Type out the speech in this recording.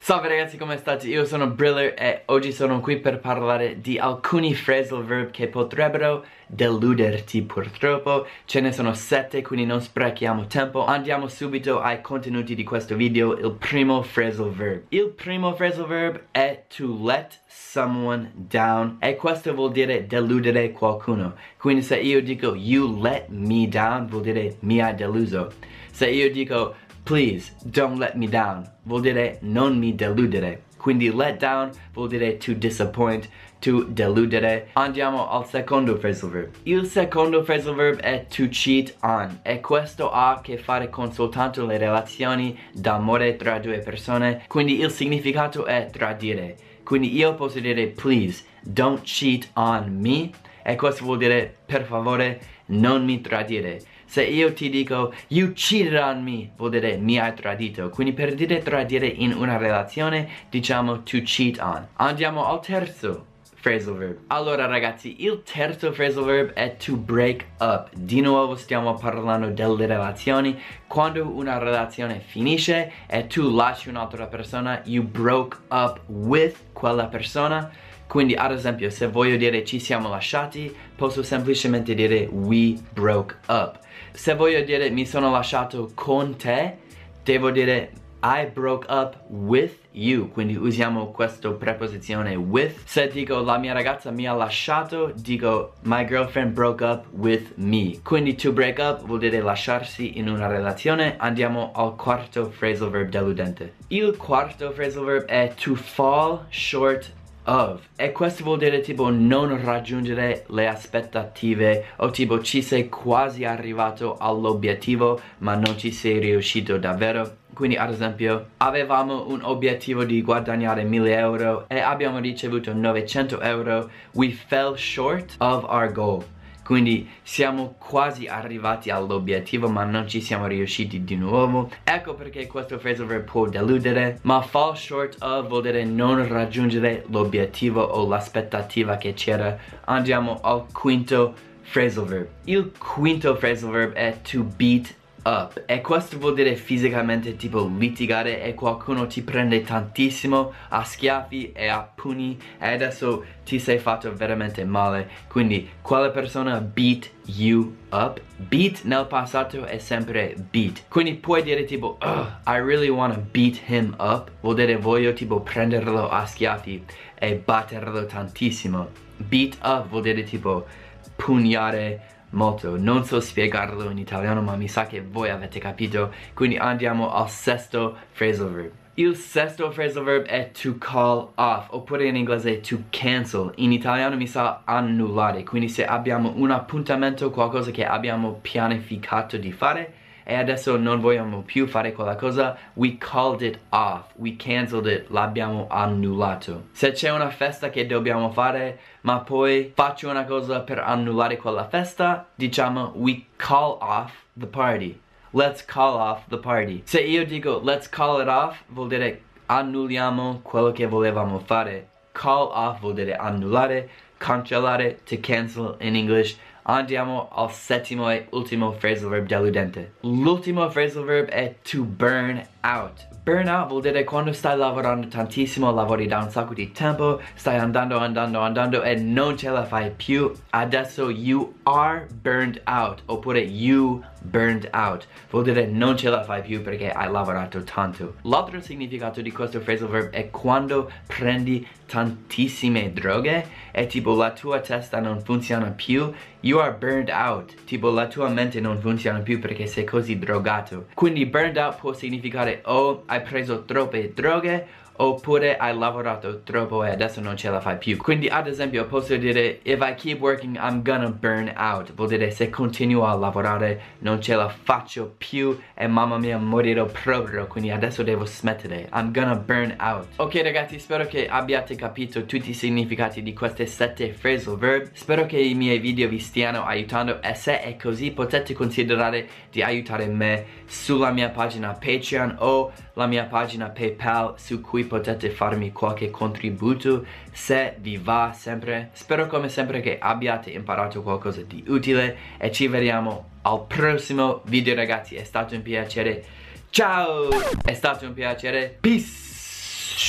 Salve ragazzi, come state? Io sono Briller e oggi sono qui per parlare di alcuni phrasal verb che potrebbero deluderti purtroppo. Ce ne sono 7, quindi non sprechiamo tempo. Andiamo subito ai contenuti di questo video. Il primo phrasal verb. Il primo phrasal verb è to let someone down e questo vuol dire deludere qualcuno. Quindi se io dico you let me down vuol dire mi hai deluso. Se io dico please don't let me down vuol dire non mi deludere. Quindi let down vuol dire to disappoint, to deludere. Andiamo al secondo phrasal verb. Il secondo phrasal verb è to cheat on e questo ha a che fare con soltanto le relazioni d'amore tra due persone. Quindi il significato è tradire. Quindi io posso dire please don't cheat on me e questo vuol dire per favore non mi tradire. Se io ti dico you cheated on me vuol dire mi hai tradito. Quindi per dire tradire in una relazione diciamo to cheat on. Andiamo al terzo phrasal verb. Allora ragazzi, il terzo phrasal verb è to break up. Di nuovo stiamo parlando delle relazioni. Quando una relazione finisce e tu lasci un'altra persona, you broke up with quella persona. Quindi ad esempio se voglio dire ci siamo lasciati, posso semplicemente dire we broke up. Se voglio dire mi sono lasciato con te, devo dire I broke up with you. Quindi usiamo questa preposizione with. Se dico la mia ragazza mi ha lasciato, dico my girlfriend broke up with me. Quindi to break up vuol dire lasciarsi in una relazione. Andiamo al quarto phrasal verb deludente. Il quarto phrasal verb è to fall short of e questo vuol dire tipo non raggiungere le aspettative o tipo ci sei quasi arrivato all'obiettivo ma non ci sei riuscito davvero. Quindi ad esempio avevamo un obiettivo di guadagnare 1000 euro e abbiamo ricevuto 900 euro. We fell short of our goal. Quindi siamo quasi arrivati all'obiettivo ma non ci siamo riusciti di nuovo. Ecco perché questo phrasal verb può deludere. Ma fall short of vuol dire non raggiungere l'obiettivo o l'aspettativa che c'era. Andiamo al quinto phrasal verb. Il quinto phrasal verb è to beat up e questo vuol dire fisicamente tipo litigare e qualcuno ti prende tantissimo a schiaffi e a pugni e adesso ti sei fatto veramente male. Quindi quella persona beat you up. Beat nel passato è sempre beat. Quindi puoi dire tipo I really wanna beat him up. Vuol dire voglio tipo prenderlo a schiaffi e batterlo tantissimo. Beat up vuol dire tipo pugnare molto. Non so spiegarlo in italiano ma mi sa che voi avete capito. Quindi andiamo al sesto phrasal verb. Il sesto phrasal verb è to call off oppure in inglese to cancel. In italiano mi sa annullare. Quindi se abbiamo un appuntamento, qualcosa che abbiamo pianificato di fare e adesso non vogliamo più fare quella cosa, we called it off, we cancelled it, l'abbiamo annullato. Se c'è una festa che dobbiamo fare ma poi faccio una cosa per annullare quella festa, diciamo we call off the party. Let's call off the party. Se io dico let's call it off vuol dire annulliamo quello che volevamo fare. Call off vuol dire annullare, cancellare, to cancel in English. Andiamo al settimo e ultimo phrasal verb deludente. L'ultimo phrasal verb è to burn out. Burn out vuol dire quando stai lavorando tantissimo, lavori da un sacco di tempo, stai andando e non ce la fai più. Adesso you are burned out oppure you burned out. Vuol dire non ce la fai più perché hai lavorato tanto. L'altro significato di questo phrasal verb è quando prendi tantissime droghe e tipo la tua testa non funziona più. You are burned out. Tipo la tua mente non funziona più perché sei così drogato. Quindi burned out può significare o hai preso troppe droghe oppure hai lavorato troppo e adesso non ce la fai più. Quindi ad esempio posso dire if I keep working I'm gonna burn out. Vuol dire se continuo a lavorare non ce la faccio più e mamma mia morirò proprio. Quindi adesso devo smettere. I'm gonna burn out. Ok ragazzi, spero che abbiate capito tutti i significati di queste 7 phrasal verb. Spero che i miei video vi stiano aiutando e se è così potete considerare di aiutare me sulla mia pagina Patreon o la mia pagina PayPal su cui potete farmi qualche contributo se vi va sempre. Spero come sempre che abbiate imparato qualcosa di utile e ci vediamo al prossimo video ragazzi. È stato un piacere. Ciao! È stato un piacere. Peace!